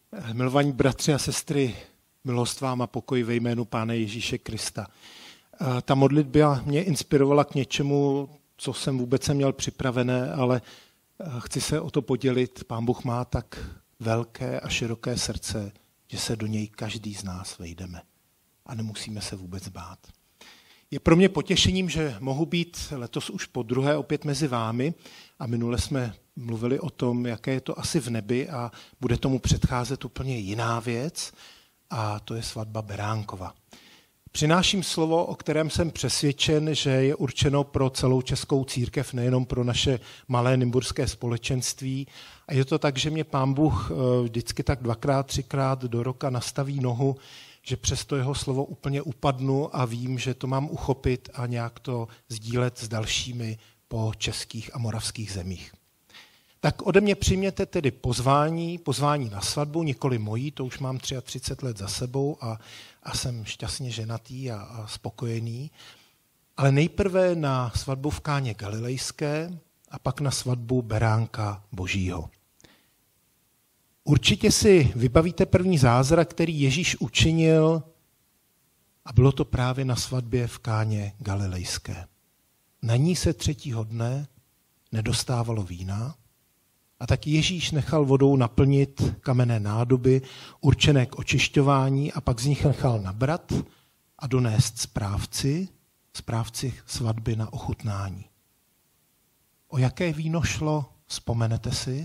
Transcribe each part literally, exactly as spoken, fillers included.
Milovaní bratři a sestry, milost vám a pokoj ve jménu Pána Ježíše Krista. Ta modlitba mě inspirovala k něčemu, co jsem vůbec neměl připravené, ale chci se o to podělit. Pán Bůh má tak velké a široké srdce, že se do něj každý z nás vejdeme a nemusíme se vůbec bát. Je pro mě potěšením, že mohu být letos už po druhé opět mezi vámi a minule jsme mluvili o tom, jaké je to asi v nebi a bude tomu předcházet úplně jiná věc a to je svatba Beránkova. Přináším slovo, o kterém jsem přesvědčen, že je určeno pro celou českou církev, nejenom pro naše malé nymburské společenství. A je to tak, že mě Pán Bůh vždycky tak dvakrát, třikrát do roka nastaví nohu, že přesto jeho slovo úplně upadnu a vím, že to mám uchopit a nějak to sdílet s dalšími po českých a moravských zemích. Tak ode mě přijměte tedy pozvání, pozvání na svatbu, nikoli mojí, to už mám třicet tři let za sebou a, a jsem šťastně ženatý a, a spokojený, ale nejprve na svatbu v Káně Galilejské a pak na svatbu Beránka Božího. Určitě si vybavíte první zázrak, který Ježíš učinil a bylo to právě na svatbě v Káně Galilejské. Na ní se třetího dne nedostávalo vína a tak Ježíš nechal vodou naplnit kamenné nádoby určené k očišťování a pak z nich nechal nabrat a donést správci, správci svatby na ochutnání. O jaké víno šlo, vzpomenete si?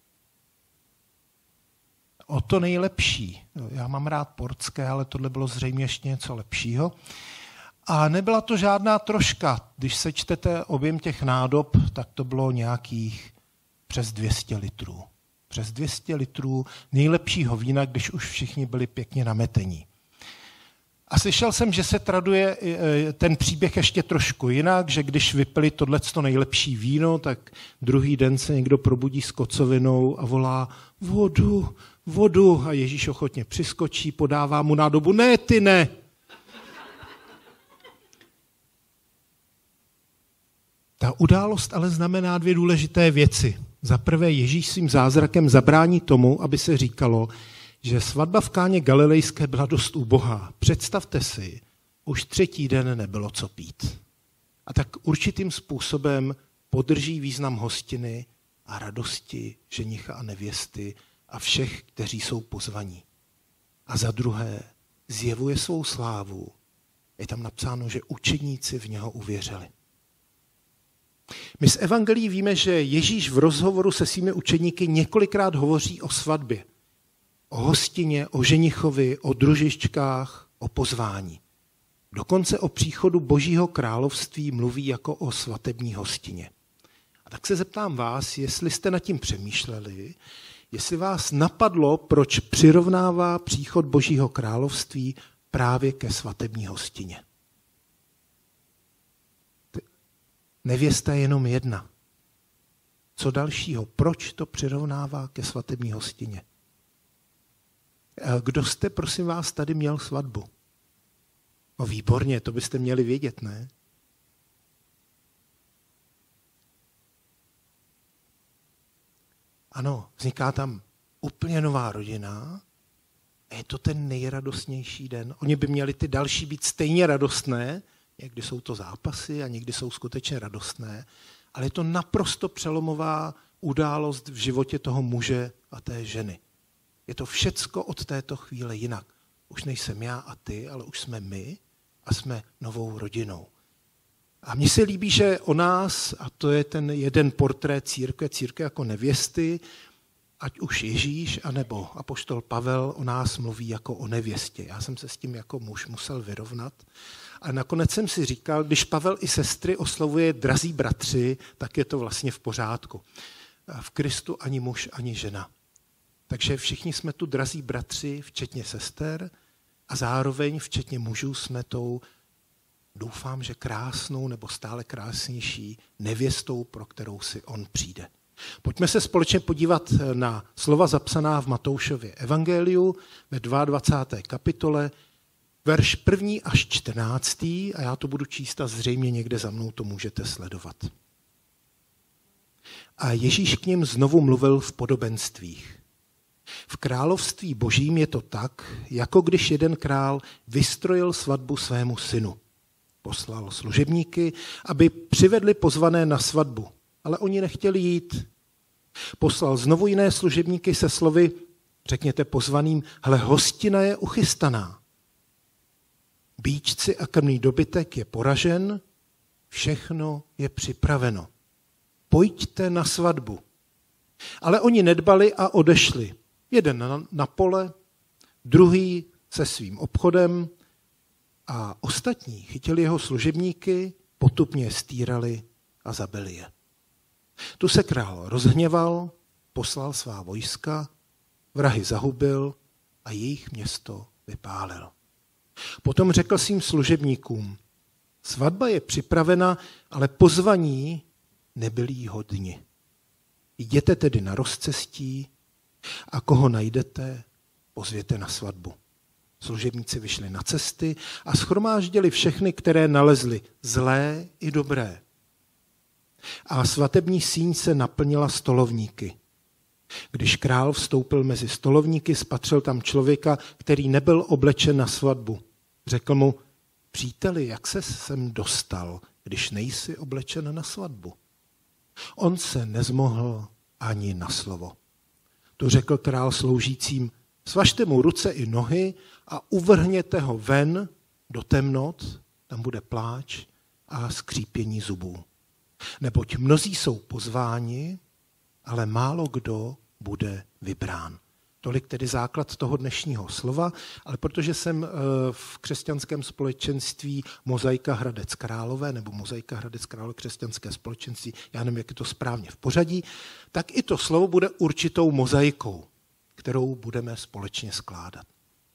O to nejlepší. Já mám rád portské, ale tohle bylo zřejmě ještě něco lepšího. A nebyla to žádná troška. Když sečtete objem těch nádob, tak to bylo nějakých přes dvě stě litrů. Přes dvě stě litrů nejlepšího vína, když už všichni byli pěkně nametení. A slyšel jsem, že se traduje ten příběh ještě trošku jinak, že když vypili tohleto nejlepší víno, tak druhý den se někdo probudí s kocovinou a volá vodu, vodu a Ježíš ochotně přiskočí, podává mu nádobu, ne, ty ne. Ta událost ale znamená dvě důležité věci. Za prvé Ježíš svým zázrakem zabrání tomu, aby se říkalo, že svatba v Káně Galilejské byla dost ubohá. Představte si, už třetí den nebylo co pít. A tak určitým způsobem podrží význam hostiny a radosti ženicha a nevěsty a všech, kteří jsou pozvaní. A za druhé zjevuje svou slávu. Je tam napsáno, že učedníci v něho uvěřili. My z evangelií víme, že Ježíš v rozhovoru se svými učedníky několikrát hovoří o svatbě. O hostině, o ženichovi, o družičkách, o pozvání. Dokonce o příchodu Božího království mluví jako o svatební hostině. A tak se zeptám vás, jestli jste nad tím přemýšleli, jestli vás napadlo, proč přirovnává příchod Božího království právě ke svatební hostině. Nevěsta je jenom jedna. Co dalšího? Proč to přirovnává ke svatební hostině? Kdo jste, prosím vás, tady měl svatbu? No výborně, to byste měli vědět, ne? Ano, vzniká tam úplně nová rodina a je to ten nejradostnější den. Oni by měli ty další být stejně radostné, někdy jsou to zápasy a někdy jsou skutečně radostné, ale je to naprosto přelomová událost v životě toho muže a té ženy. Je to všecko od této chvíle jinak. Už nejsem já a ty, ale už jsme my a jsme novou rodinou. A mně se líbí, že o nás, a to je ten jeden portrét církve, církve jako nevěsty, ať už Ježíš, anebo apoštol Pavel o nás mluví jako o nevěstě. Já jsem se s tím jako muž musel vyrovnat. A nakonec jsem si říkal, když Pavel i sestry oslovuje drazí bratři, tak je to vlastně v pořádku. V Kristu ani muž, ani žena. Takže všichni jsme tu drazí bratři, včetně sester, a zároveň včetně mužů jsme tou, doufám, že krásnou nebo stále krásnější nevěstou, pro kterou si on přijde. Pojďme se společně podívat na slova zapsaná v Matoušově evangeliu ve dvacáté druhé kapitole, verš první až čtrnáctý, a já to budu číst a zřejmě někde za mnou to můžete sledovat. A Ježíš k nim znovu mluvil v podobenstvích. V království božím je to tak, jako když jeden král vystrojil svatbu svému synu. Poslal služebníky, aby přivedli pozvané na svatbu, ale oni nechtěli jít. Poslal znovu jiné služebníky se slovy, řekněte pozvaným, hele, hostina je uchystaná. Býčci a krmný dobytek je poražen, všechno je připraveno. Pojďte na svatbu. Ale oni nedbali a odešli. Jeden na, na pole, druhý se svým obchodem a ostatní chytili jeho služebníky, potupně je stírali a zabili je. Tu se král rozhněval, poslal svá vojska, vrahy zahubil a jejich město vypálil. Potom řekl svým služebníkům, svatba je připravena, ale pozvaní nebyli jí hodni. Jděte tedy na rozcestí a koho najdete, pozvěte na svatbu. Služebníci vyšli na cesty a shromáždili všechny, které nalezli, zlé i dobré. A svatební síň se naplnila stolovníky. Když král vstoupil mezi stolovníky, spatřil tam člověka, který nebyl oblečen na svatbu. Řekl mu, příteli, jak se sem dostal, když nejsi oblečen na svatbu? On se nezmohl ani na slovo. To řekl král sloužícím, svažte mu ruce i nohy a uvrhněte ho ven do temnot, tam bude pláč a skřípění zubů. Neboť mnozí jsou pozváni, ale málo kdo bude vybrán. Tolik tedy základ toho dnešního slova, ale protože jsem v křesťanském společenství Mozaika Hradec Králové nebo Mozaika Hradec Králové křesťanské společenství, já nevím, jak je to správně v pořadí, tak i to slovo bude určitou mozaikou, kterou budeme společně skládat.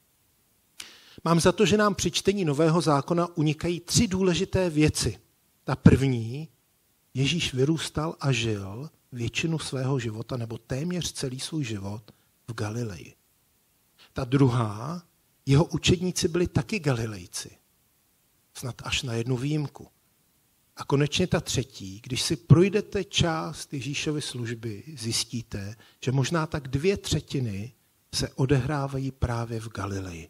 Mám za to, že nám při čtení Nového zákona unikají tři důležité věci. Ta první, Ježíš vyrůstal a žil většinu svého života, nebo téměř celý svůj život, v Galileji. Ta druhá, jeho učedníci byli taky Galilejci. Snad až na jednu výjimku. A konečně ta třetí, když si projdete část Ježíšovy služby, zjistíte, že možná tak dvě třetiny se odehrávají právě v Galileji.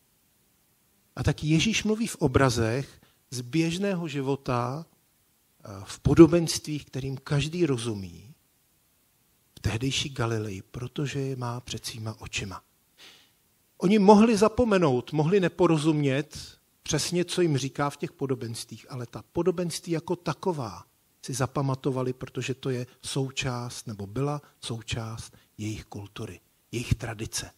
A tak Ježíš mluví v obrazech z běžného života, v podobenstvích, kterým každý rozumí, v tehdejší Galileji, protože je má před svýma očima. Oni mohli zapomenout, mohli neporozumět přesně, co jim říká v těch podobenstvích, ale ta podobenství jako taková si zapamatovali, protože to je součást, nebo byla součást jejich kultury, jejich tradice.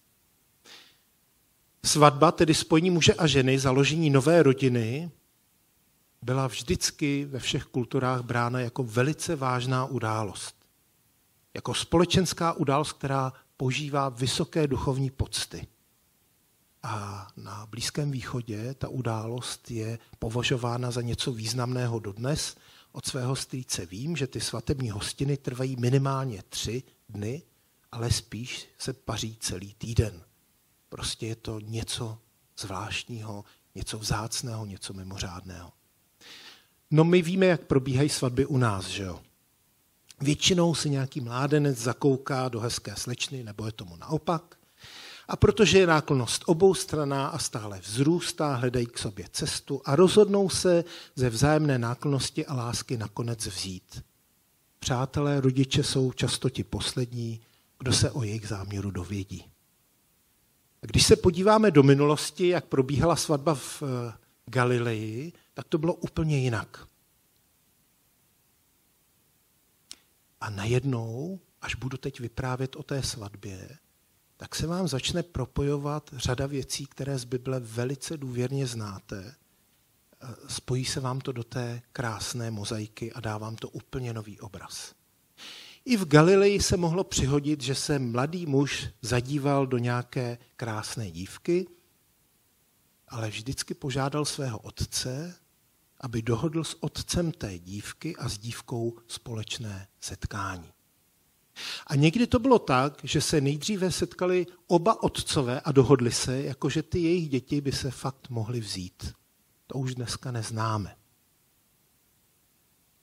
Svatba, tedy spojení muže a ženy, založení nové rodiny, byla vždycky ve všech kulturách brána jako velice vážná událost. Jako společenská událost, která požívá vysoké duchovní pocty. A na Blízkém východě ta událost je považována za něco významného dodnes. Od svého strýce vím, že ty svatební hostiny trvají minimálně tři dny, ale spíš se paří celý týden. Prostě je to něco zvláštního, něco vzácného, něco mimořádného. No my víme, jak probíhají svatby u nás, že jo? Většinou si nějaký mládenec zakouká do hezké slečny, nebo je tomu naopak. A protože je náklonnost oboustranná a stále vzrůstá, hledají k sobě cestu a rozhodnou se ze vzájemné náklonnosti a lásky nakonec vzít. Přátelé, rodiče jsou často ti poslední, kdo se o jejich záměru dovědí. A když se podíváme do minulosti, jak probíhala svatba v Galileji, tak to bylo úplně jinak. A najednou, až budu teď vyprávět o té svatbě, tak se vám začne propojovat řada věcí, které z Bible velice důvěrně znáte. Spojí se vám to do té krásné mozaiky a dá vám to úplně nový obraz. I v Galileji se mohlo přihodit, že se mladý muž zadíval do nějaké krásné dívky, ale vždycky požádal svého otce, aby dohodl s otcem té dívky a s dívkou společné setkání. A někdy to bylo tak, že se nejdříve setkali oba otcové a dohodli se, jakože ty jejich děti by se fakt mohly vzít. To už dneska neznáme.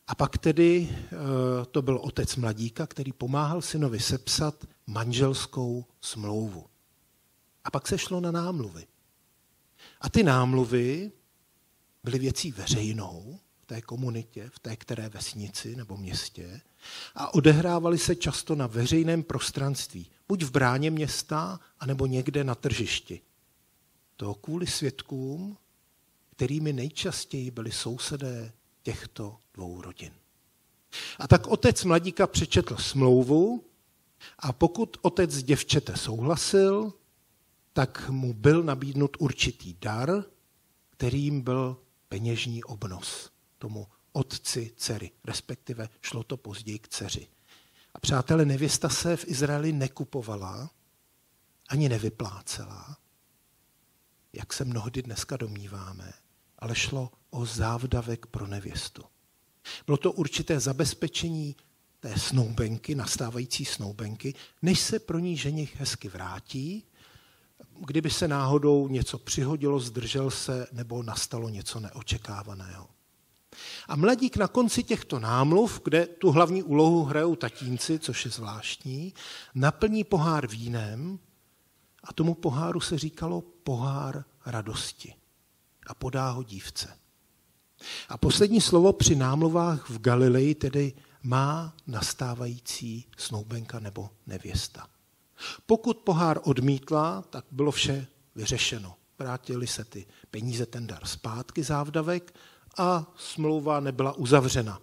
A pak tedy to byl otec mladíka, který pomáhal synovi sepsat manželskou smlouvu. A pak se šlo na námluvy. A ty námluvy byly věcí veřejnou v té komunitě, v té které vesnici nebo městě a odehrávaly se často na veřejném prostranství, buď v bráně města, anebo někde na tržišti. To kvůli svědkům, kterými nejčastěji byli sousedé těchto dvou rodin. A tak otec mladíka přečetl smlouvu a pokud otec děvčete souhlasil, tak mu byl nabídnut určitý dar, kterým byl peněžní obnos tomu otci dcery, respektive šlo to později k dceři. A přátelé, nevěsta se v Izraeli nekupovala, ani nevyplácela, jak se mnohdy dneska domníváme, ale šlo o závdavek pro nevěstu. Bylo to určité zabezpečení té snoubenky, nastávající snoubenky, než se pro ní ženich hezky vrátí, kdyby se náhodou něco přihodilo, zdržel se nebo nastalo něco neočekávaného. A mladík na konci těchto námluv, kde tu hlavní úlohu hrajou tatínci, což je zvláštní, naplní pohár vínem a tomu poháru se říkalo pohár radosti a podá ho dívce. A poslední slovo při námluvách v Galileji tedy má nastávající snoubenka nebo nevěsta. Pokud pohár odmítla, tak bylo vše vyřešeno. Vrátily se ty peníze, ten dar zpátky, závdavek, a smlouva nebyla uzavřena.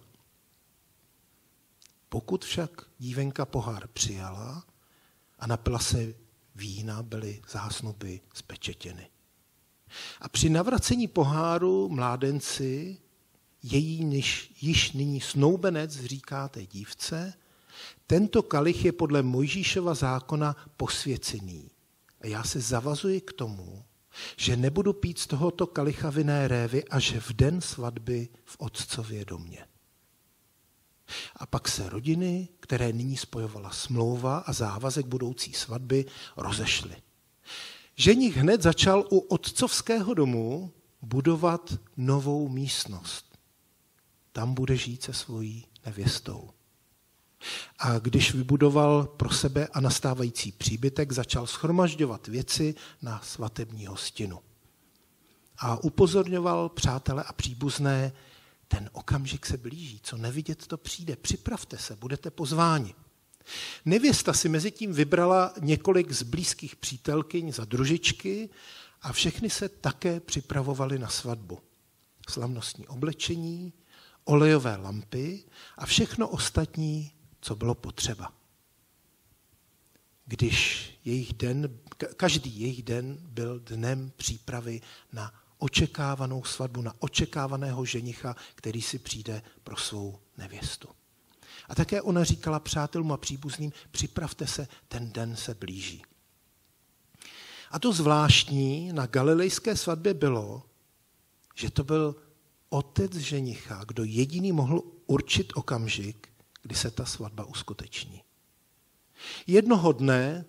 Pokud však dívenka pohár přijala a napila se vína, byly zásnuby zpečetěny. A při navracení poháru mládenci, její niž, již nyní snoubenec říká té dívce, tento kalich je podle Mojžíšova zákona posvěcený. A já se zavazuji k tomu, že nebudu pít z tohoto kalicha vinné révy až v den svatby v otcově domě. A pak se rodiny, které nyní spojovala smlouva a závazek budoucí svatby, rozešly. Ženich hned začal u otcovského domu budovat novou místnost. Tam bude žít se svojí nevěstou. A když vybudoval pro sebe a nastávající příbytek, začal shromažďovat věci na svatební hostinu. A upozorňoval přátele a příbuzné, ten okamžik se blíží, co nevidět, to přijde, připravte se, budete pozváni. Nevěsta si mezi tím vybrala několik z blízkých přítelkyň za družičky a všechny se také připravovali na svatbu. Slavnostní oblečení, olejové lampy a všechno ostatní, co bylo potřeba. Když jejich den, každý jejich den byl dnem přípravy na očekávanou svatbu, na očekávaného ženicha, který si přijde pro svou nevěstu. A také ona říkala přátelům a příbuzným, připravte se, ten den se blíží. A to zvláštní na galilejské svatbě bylo, že to byl otec ženicha, kdo jediný mohl určit okamžik, kdy se ta svatba uskuteční. Jednoho dne,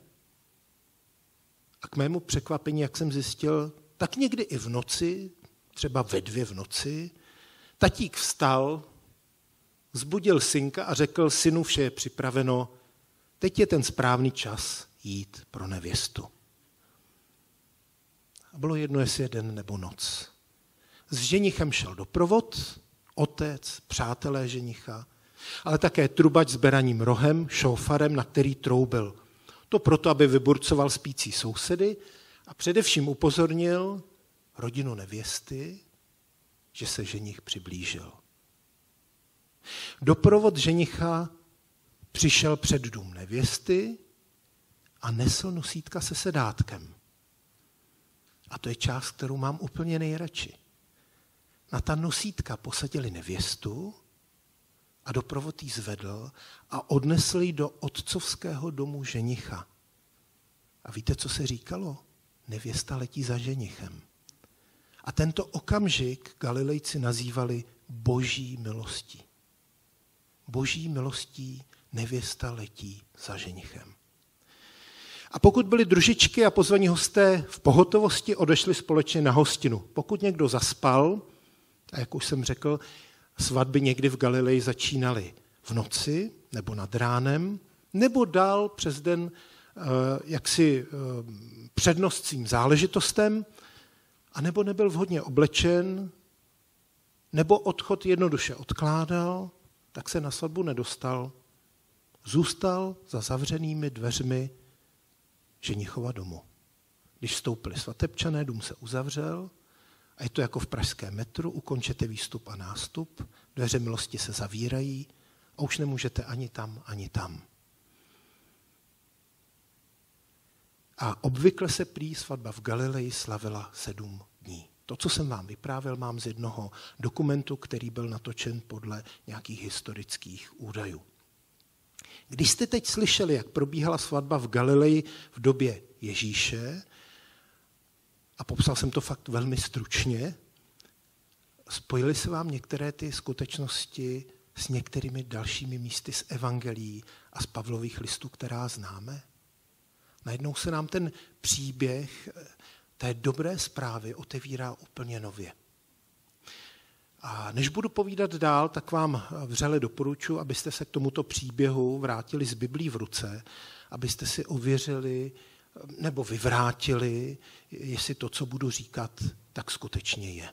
a k mému překvapení, jak jsem zjistil, tak někdy i v noci, třeba ve dvě v noci, tatík vstal, vzbudil synka a řekl, synu, vše je připraveno, teď je ten správný čas jít pro nevěstu. A bylo jedno, jestli je den nebo noc. S ženichem šel doprovod, otec, přátelé ženicha, ale také trubač s beraním rohem, šófarem, na který troubil. To proto, aby vyburcoval spící sousedy a především upozornil rodinu nevěsty, že se ženich přiblížil. Doprovod ženicha přišel před dům nevěsty a nesl nosítka se sedátkem. A to je část, kterou mám úplně nejradši. Na ta nosítka posadili nevěstu a doprovod jí zvedl a odnesl ji do otcovského domu ženicha. A víte, co se říkalo? Nevěsta letí za ženichem. A tento okamžik Galilejci nazývali boží milostí. Boží milostí nevěsta letí za ženichem. A pokud byly družičky a pozvaní hosté v pohotovosti, odešli společně na hostinu. Pokud někdo zaspal, a jak už jsem řekl, svatby někdy v Galileji začínaly v noci nebo nad ránem, nebo dál přes den jaksi přednost svým záležitostem, anebo nebyl vhodně oblečen, nebo odchod jednoduše odkládal, tak se na svatbu nedostal. Zůstal za zavřenými dveřmi ženichova domu. Když vstoupili svatebčané, dům se uzavřel a je to jako v pražském metru, ukončete výstup a nástup, dveře milosti se zavírají a už nemůžete ani tam, ani tam. A obvykle se prý svatba v Galileji slavila sedm dní. To, co jsem vám vyprávěl, mám z jednoho dokumentu, který byl natočen podle nějakých historických údajů. Když jste teď slyšeli, jak probíhala svatba v Galileji v době Ježíše, a popsal jsem to fakt velmi stručně, spojily se vám některé ty skutečnosti s některými dalšími místy z evangelií a z Pavlových listů, která známe? Najednou se nám ten příběh té dobré zprávy otevírá úplně nově. A než budu povídat dál, tak vám vřele doporučuji, abyste se k tomuto příběhu vrátili s Biblí v ruce, abyste si ověřili nebo vyvrátili, jestli to, co budu říkat, tak skutečně je.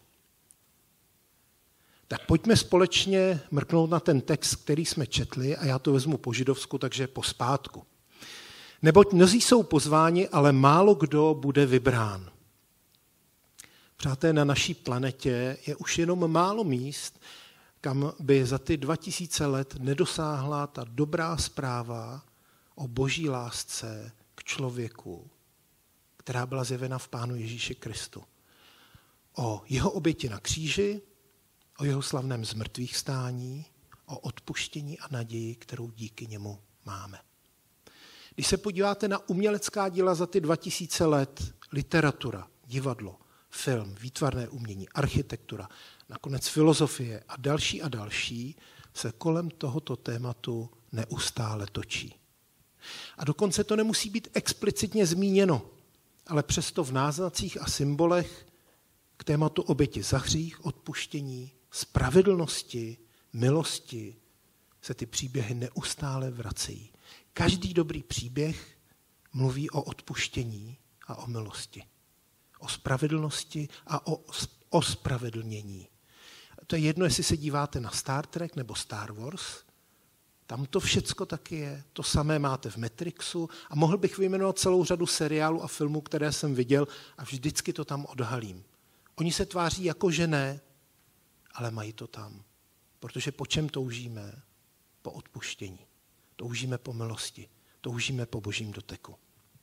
Tak pojďme společně mrknout na ten text, který jsme četli, a já to vezmu po židovsku, takže pospátku. Neboť mnozí jsou pozváni, ale málo kdo bude vybrán. Přátelé, na naší planetě je už jenom málo míst, kam by za ty dva tisíce let nedosáhla ta dobrá zpráva o boží lásce k člověku, která byla zjevena v Pánu Ježíši Kristu. O jeho oběti na kříži, o jeho slavném zmrtvých stání, o odpuštění a naději, kterou díky němu máme. Když se podíváte na umělecká díla za ty dva tisíce let, literatura, divadlo, film, výtvarné umění, architektura, nakonec filozofie a další a další, se kolem tohoto tématu neustále točí. A dokonce to nemusí být explicitně zmíněno, ale přesto v náznacích a symbolech k tématu oběti za hřích, odpuštění, spravedlnosti, milosti se ty příběhy neustále vracejí. Každý dobrý příběh mluví o odpuštění a o milosti, o spravedlnosti a o ospravedlnění. To je jedno, jestli se díváte na Star Trek nebo Star Wars, tam to všecko taky je. To samé máte v Matrixu a mohl bych vyjmenovat celou řadu seriálů a filmů, které jsem viděl a vždycky to tam odhalím. Oni se tváří jako že ne, ale mají to tam. Protože po čem toužíme? Po odpuštění. Toužíme po milosti. Toužíme po božím doteku.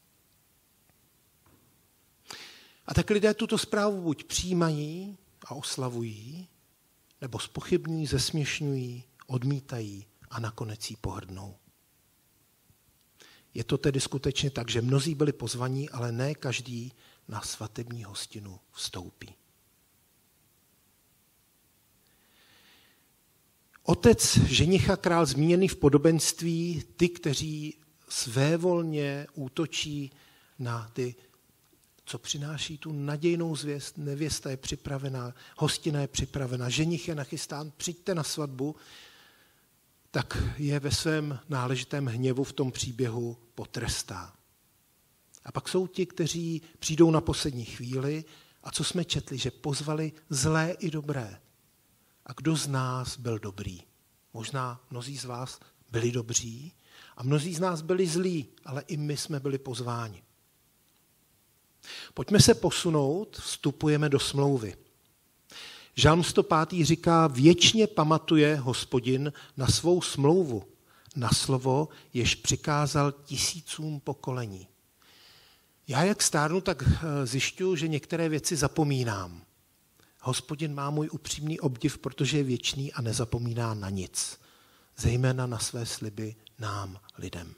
A tak lidé tuto zprávu buď přijímají a oslavují, nebo zpochybňují, zesměšňují, odmítají a nakonec jí pohrdnou. Je to tedy skutečně tak, že mnozí byli pozvaní, ale ne každý na svatební hostinu vstoupí. Otec ženicha král zmíněný v podobenství, ty, kteří svévolně útočí na ty, co přináší tu nadějnou zvěst, nevěsta je připravená, hostina je připravená, ženich je nachystán, přijďte na svatbu, tak je ve svém náležitém hněvu v tom příběhu potrestá. A pak jsou ti, kteří přijdou na poslední chvíli a co jsme četli, že pozvali zlé i dobré. A kdo z nás byl dobrý? Možná mnozí z vás byli dobří a mnozí z nás byli zlí, ale i my jsme byli pozváni. Pojďme se posunout, vstupujeme do smlouvy. Žalm sto pět říká, věčně pamatuje Hospodin na svou smlouvu, na slovo, jež přikázal tisícům pokolení. Já jak stárnu, tak zjišťuju, že některé věci zapomínám. Hospodin má můj upřímný obdiv, protože je věčný a nezapomíná na nic, zejména na své sliby nám, lidem.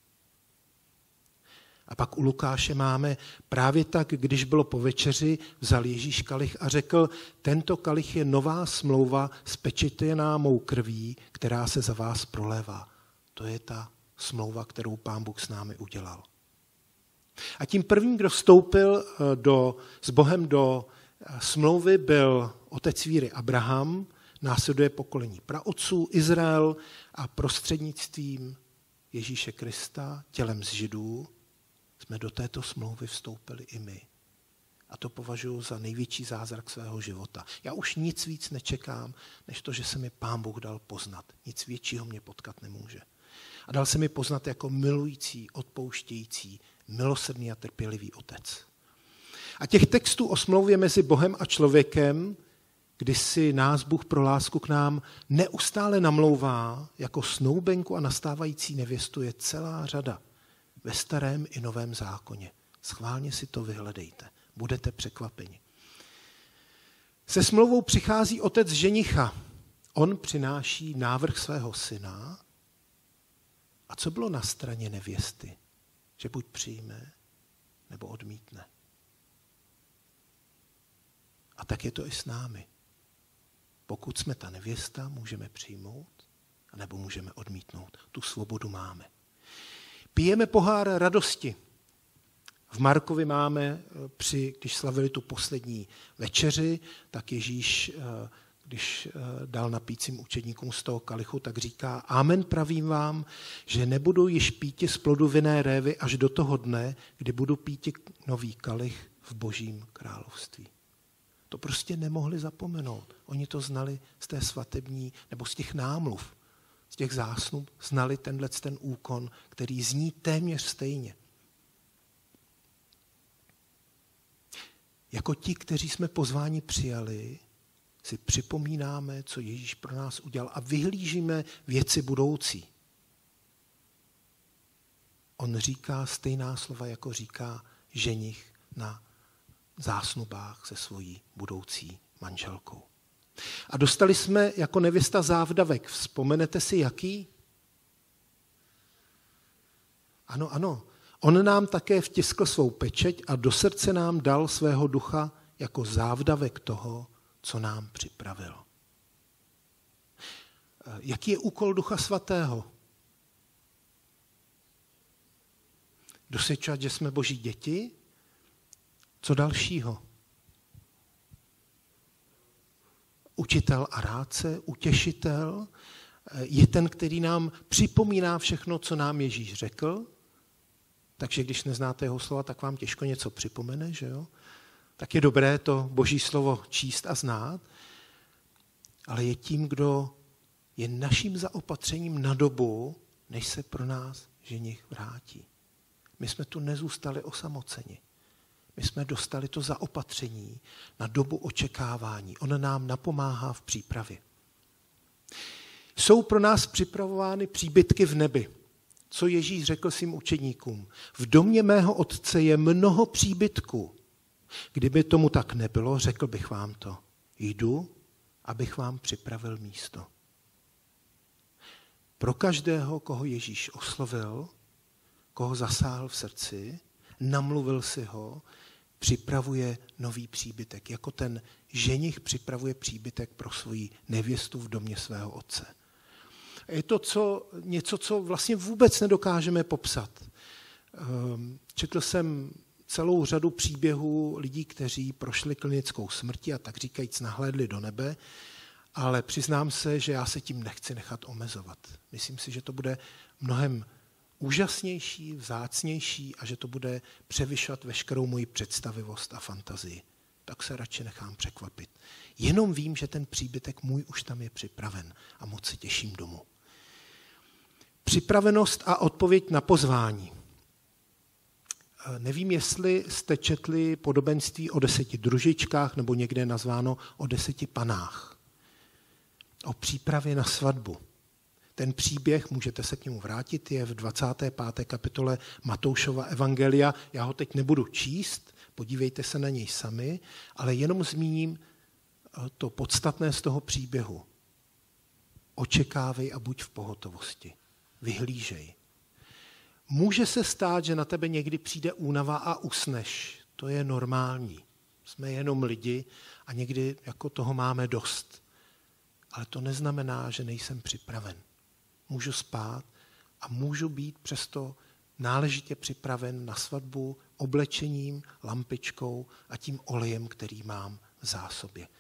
A pak u Lukáše máme právě tak, když bylo po večeři, vzal Ježíš kalich a řekl, tento kalich je nová smlouva spečetěná mou krví, která se za vás prolévá. To je ta smlouva, kterou Pán Bůh s námi udělal. A tím prvním, kdo vstoupil do, s Bohem do smlouvy, byl otec víry Abraham, následuje pokolení praotců Izrael a prostřednictvím Ježíše Krista, tělem z Židů, jsme do této smlouvy vstoupili i my. A to považuji za největší zázrak svého života. Já už nic víc nečekám, než to, že se mi Pán Bůh dal poznat. Nic většího mě potkat nemůže. A dal se mi poznat jako milující, odpouštějící, milosrdný a trpělivý otec. A těch textů o smlouvě mezi Bohem a člověkem, kdy si nás Bůh pro lásku k nám neustále namlouvá jako snoubenku a nastávající nevěstu, je celá řada ve starém i novém zákoně. Schválně si to vyhledejte. Budete překvapeni. Se smlouvou přichází otec ženicha. On přináší návrh svého syna. A co bylo na straně nevěsty? Že buď přijme, nebo odmítne. A tak je to i s námi. Pokud jsme ta nevěsta, můžeme přijmout, anebo můžeme odmítnout. Tu svobodu máme. Pijeme pohár radosti. V Markovi máme, při, když slavili tu poslední večeři, tak Ježíš, když dal napít svým učedníkům z toho kalichu, tak říká: Amen, pravím vám, že nebudu již píti z plodu vinné révy až do toho dne, kdy budu píti nový kalich v Božím království. To prostě nemohli zapomenout. Oni to znali z té svatební, nebo z těch námluv, z těch zásnub, znali tenhle ten úkon, který zní téměř stejně. Jako ti, kteří jsme pozváni přijali, si připomínáme, co Ježíš pro nás udělal a vyhlížíme věci budoucí. On říká stejná slova, jako říká ženich na zásnubách se svojí budoucí manželkou. A dostali jsme jako nevěsta závdavek. Vzpomenete si, jaký? Ano, ano. On nám také vtiskl svou pečeť a do srdce nám dal svého ducha jako závdavek toho, co nám připravil. Jaký je úkol Ducha Svatého? Dosvědčovat, že jsme Boží děti? Co dalšího? Učitel a rádce, utěšitel, je ten, který nám připomíná všechno, co nám Ježíš řekl. Takže když neznáte jeho slova, tak vám těžko něco připomene, že jo? Tak je dobré to Boží slovo číst a znát, ale je tím, kdo je naším zaopatřením na dobu, než se pro nás ženich vrátí. My jsme tu nezůstali osamoceni. My jsme dostali to zaopatření na dobu očekávání. On nám napomáhá v přípravě. Jsou pro nás připravovány příbytky v nebi. Co Ježíš řekl svým učedníkům? V domě mého otce je mnoho příbytků. Kdyby tomu tak nebylo, řekl bych vám to. Jdu, abych vám připravil místo. Pro každého, koho Ježíš oslovil, koho zasáhl v srdci, namluvil si ho, připravuje nový příbytek. Jako ten ženich připravuje příbytek pro svoji nevěstu v domě svého otce. Je to co, něco, co vlastně vůbec nedokážeme popsat. Četl jsem celou řadu příběhů lidí, kteří prošli klinickou smrtí a tak říkajíc nahlédli do nebe, ale přiznám se, že já se tím nechci nechat omezovat. Myslím si, že to bude mnohem úžasnější, vzácnější a že to bude převyšovat veškerou moji představivost a fantazii. Tak se radši nechám překvapit. Jenom vím, že ten příbytek můj už tam je připraven a moc se těším domů. Připravenost a odpověď na pozvání. Nevím, jestli jste četli podobenství o deseti družičkách nebo někde je nazváno o deseti panách. O přípravě na svatbu. Ten příběh, můžete se k němu vrátit, je v dvacáté páté kapitole Matoušova evangelia. Já ho teď nebudu číst, podívejte se na něj sami, ale jenom zmíním to podstatné z toho příběhu. Očekávej a buď v pohotovosti. Vyhlížej. Může se stát, že na tebe někdy přijde únava a usneš. To je normální. Jsme jenom lidi a někdy jako toho máme dost. Ale to neznamená, že nejsem připraven. Můžu spát a můžu být přesto náležitě připraven na svatbu oblečením, lampičkou a tím olejem, který mám v zásobě.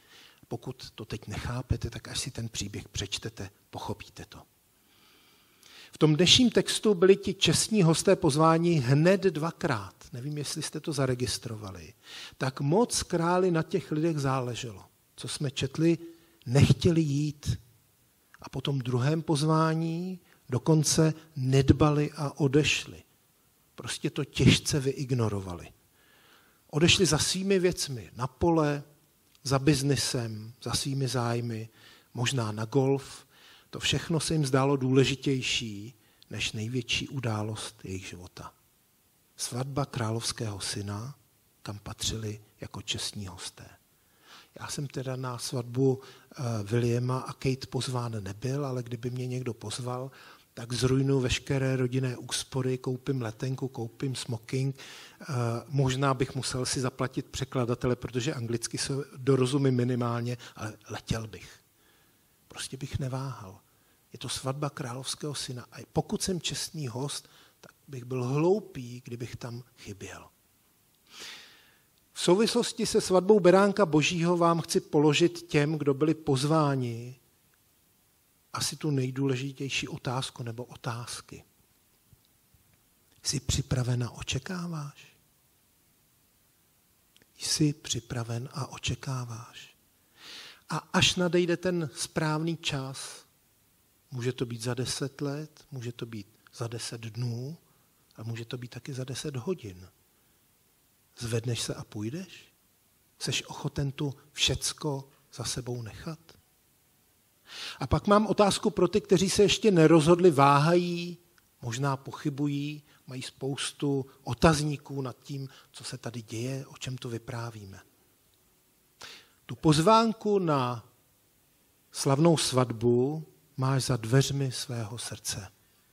Pokud to teď nechápete, tak až si ten příběh přečtete, pochopíte to. V tom dnešním textu byli ti čestní hosté pozváni hned dvakrát. Nevím, jestli jste to zaregistrovali. Tak moc králi na těch lidech záleželo. Co jsme četli, nechtěli jít. A po tom druhém pozvání dokonce nedbali a odešli. Prostě to těžce vyignorovali. Odešli za svými věcmi na pole, za biznisem, za svými zájmy, možná na golf. To všechno se jim zdálo důležitější než největší událost jejich života. Svatba královského syna, kam patřili jako čestní hosté. Já jsem teda na svatbu Williama a Kate pozván nebyl, ale kdyby mě někdo pozval, tak zrujnu veškeré rodinné úspory, koupím letenku, koupím smoking. Možná bych musel si zaplatit překladatele, protože anglicky se dorozumím minimálně, ale letěl bych. Prostě bych neváhal. Je to svatba královského syna. A pokud jsem čestný host, tak bych byl hloupý, kdybych tam chyběl. V souvislosti se svatbou Beránka Božího vám chci položit těm, kdo byli pozváni, asi tu nejdůležitější otázku nebo otázky. Jsi připraven a očekáváš? Jsi připraven a očekáváš? A až nadejde ten správný čas, může to být za deset let, může to být za deset dnů, a může to být taky za deset hodin. Zvedneš se a půjdeš? Jseš ochoten tu všecko za sebou nechat? A pak mám otázku pro ty, kteří se ještě nerozhodli, váhají, možná pochybují, mají spoustu otazníků nad tím, co se tady děje, o čem to vyprávíme. Tu pozvánku na slavnou svatbu máš za dveřmi svého srdce.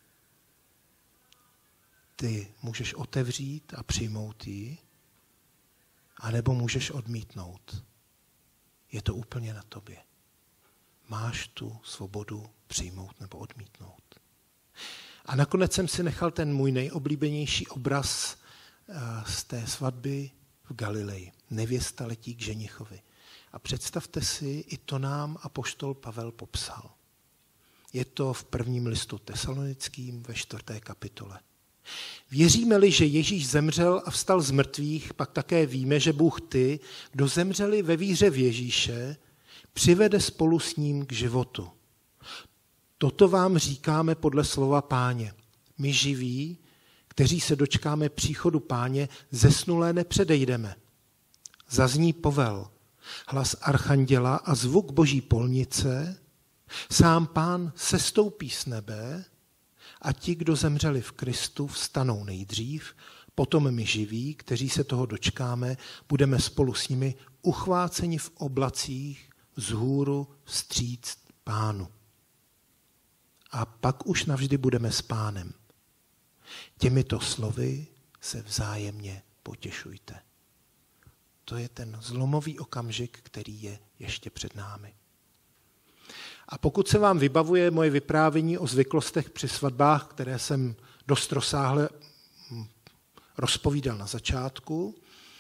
Ty můžeš otevřít a přijmout ji, anebo můžeš odmítnout. Je to úplně na tobě. Máš tu svobodu přijmout nebo odmítnout. A nakonec jsem si nechal ten můj nejoblíbenější obraz z té svatby v Galileji. Nevěsta letí k ženichovi. A představte si, i to nám apoštol Pavel popsal. Je to v prvním listu Tesalonickým ve čtvrté kapitole. Věříme-li, že Ježíš zemřel a vstal z mrtvých, pak také víme, že Bůh ty, kdo zemřeli ve víře v Ježíše, přivede spolu s ním k životu. Toto vám říkáme podle slova Páně. My živí, kteří se dočkáme příchodu Páně, zesnulé nepředejdeme. Zazní povel, hlas archanděla a zvuk boží polnice, sám Pán sestoupí z nebe a ti, kdo zemřeli v Kristu, vstanou nejdřív, potom my živí, kteří se toho dočkáme, budeme spolu s nimi uchváceni v oblacích vzhůru vstříc Pánu. A pak už navždy budeme s Pánem. Těmito slovy se vzájemně potěšujte. To je ten zlomový okamžik, který je ještě před námi. A pokud se vám vybavuje moje vyprávění o zvyklostech při svatbách, které jsem dost rozsáhle rozpovídal na začátku,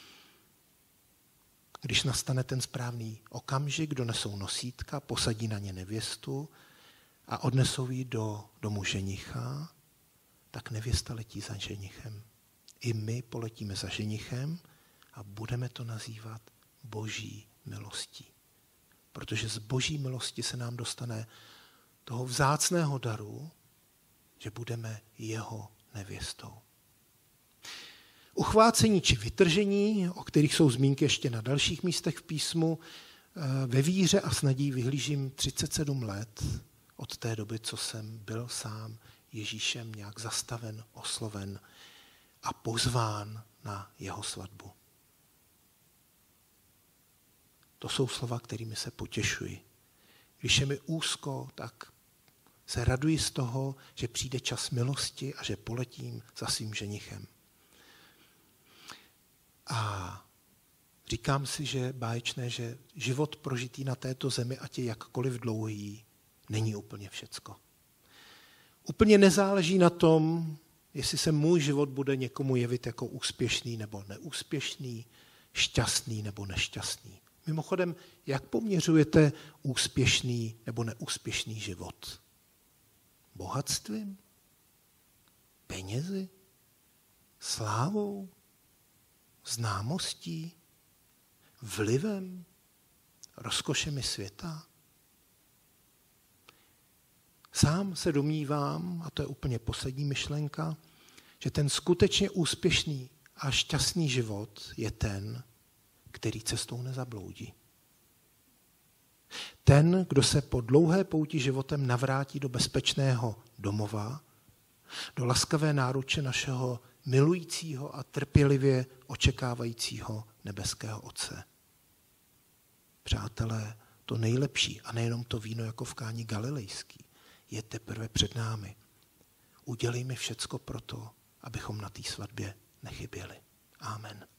když nastane ten správný okamžik, donesou nosítka, posadí na ně nevěstu a odnesou ji do domu ženicha, tak nevěsta letí za ženichem. I my poletíme za ženichem a budeme to nazývat boží milostí. Protože z boží milosti se nám dostane toho vzácného daru, že budeme jeho nevěstou. Uchvácení či vytržení, o kterých jsou zmínky ještě na dalších místech v písmu, ve víře a s nadějí vyhlížím třicet sedm let od té doby, co jsem byl sám Ježíšem nějak zastaven, osloven a pozván na jeho svatbu. To jsou slova, kterými se potěšuji. Když je mi úzko, tak se raduji z toho, že přijde čas milosti a že poletím za svým ženichem. A říkám si, že báječné, že život prožitý na této zemi, ať je jakkoliv dlouhý, není úplně všecko. Úplně nezáleží na tom, jestli se můj život bude někomu jevit jako úspěšný nebo neúspěšný, šťastný nebo nešťastný. Mimochodem, jak poměřujete úspěšný nebo neúspěšný život? Bohatstvím? Penězi? Slávou? Známostí? Vlivem? Rozkošemi světa? Sám se domnívám, a to je úplně poslední myšlenka, že ten skutečně úspěšný a šťastný život je ten, který cestou nezabloudí. Ten, kdo se po dlouhé pouti životem navrátí do bezpečného domova, do laskavé náruče našeho milujícího a trpělivě očekávajícího nebeského Otce. Přátelé, to nejlepší, a nejenom to víno jako v Káni Galilejský, je teprve před námi. Udělejme všecko proto, abychom na té svatbě nechyběli. Amen.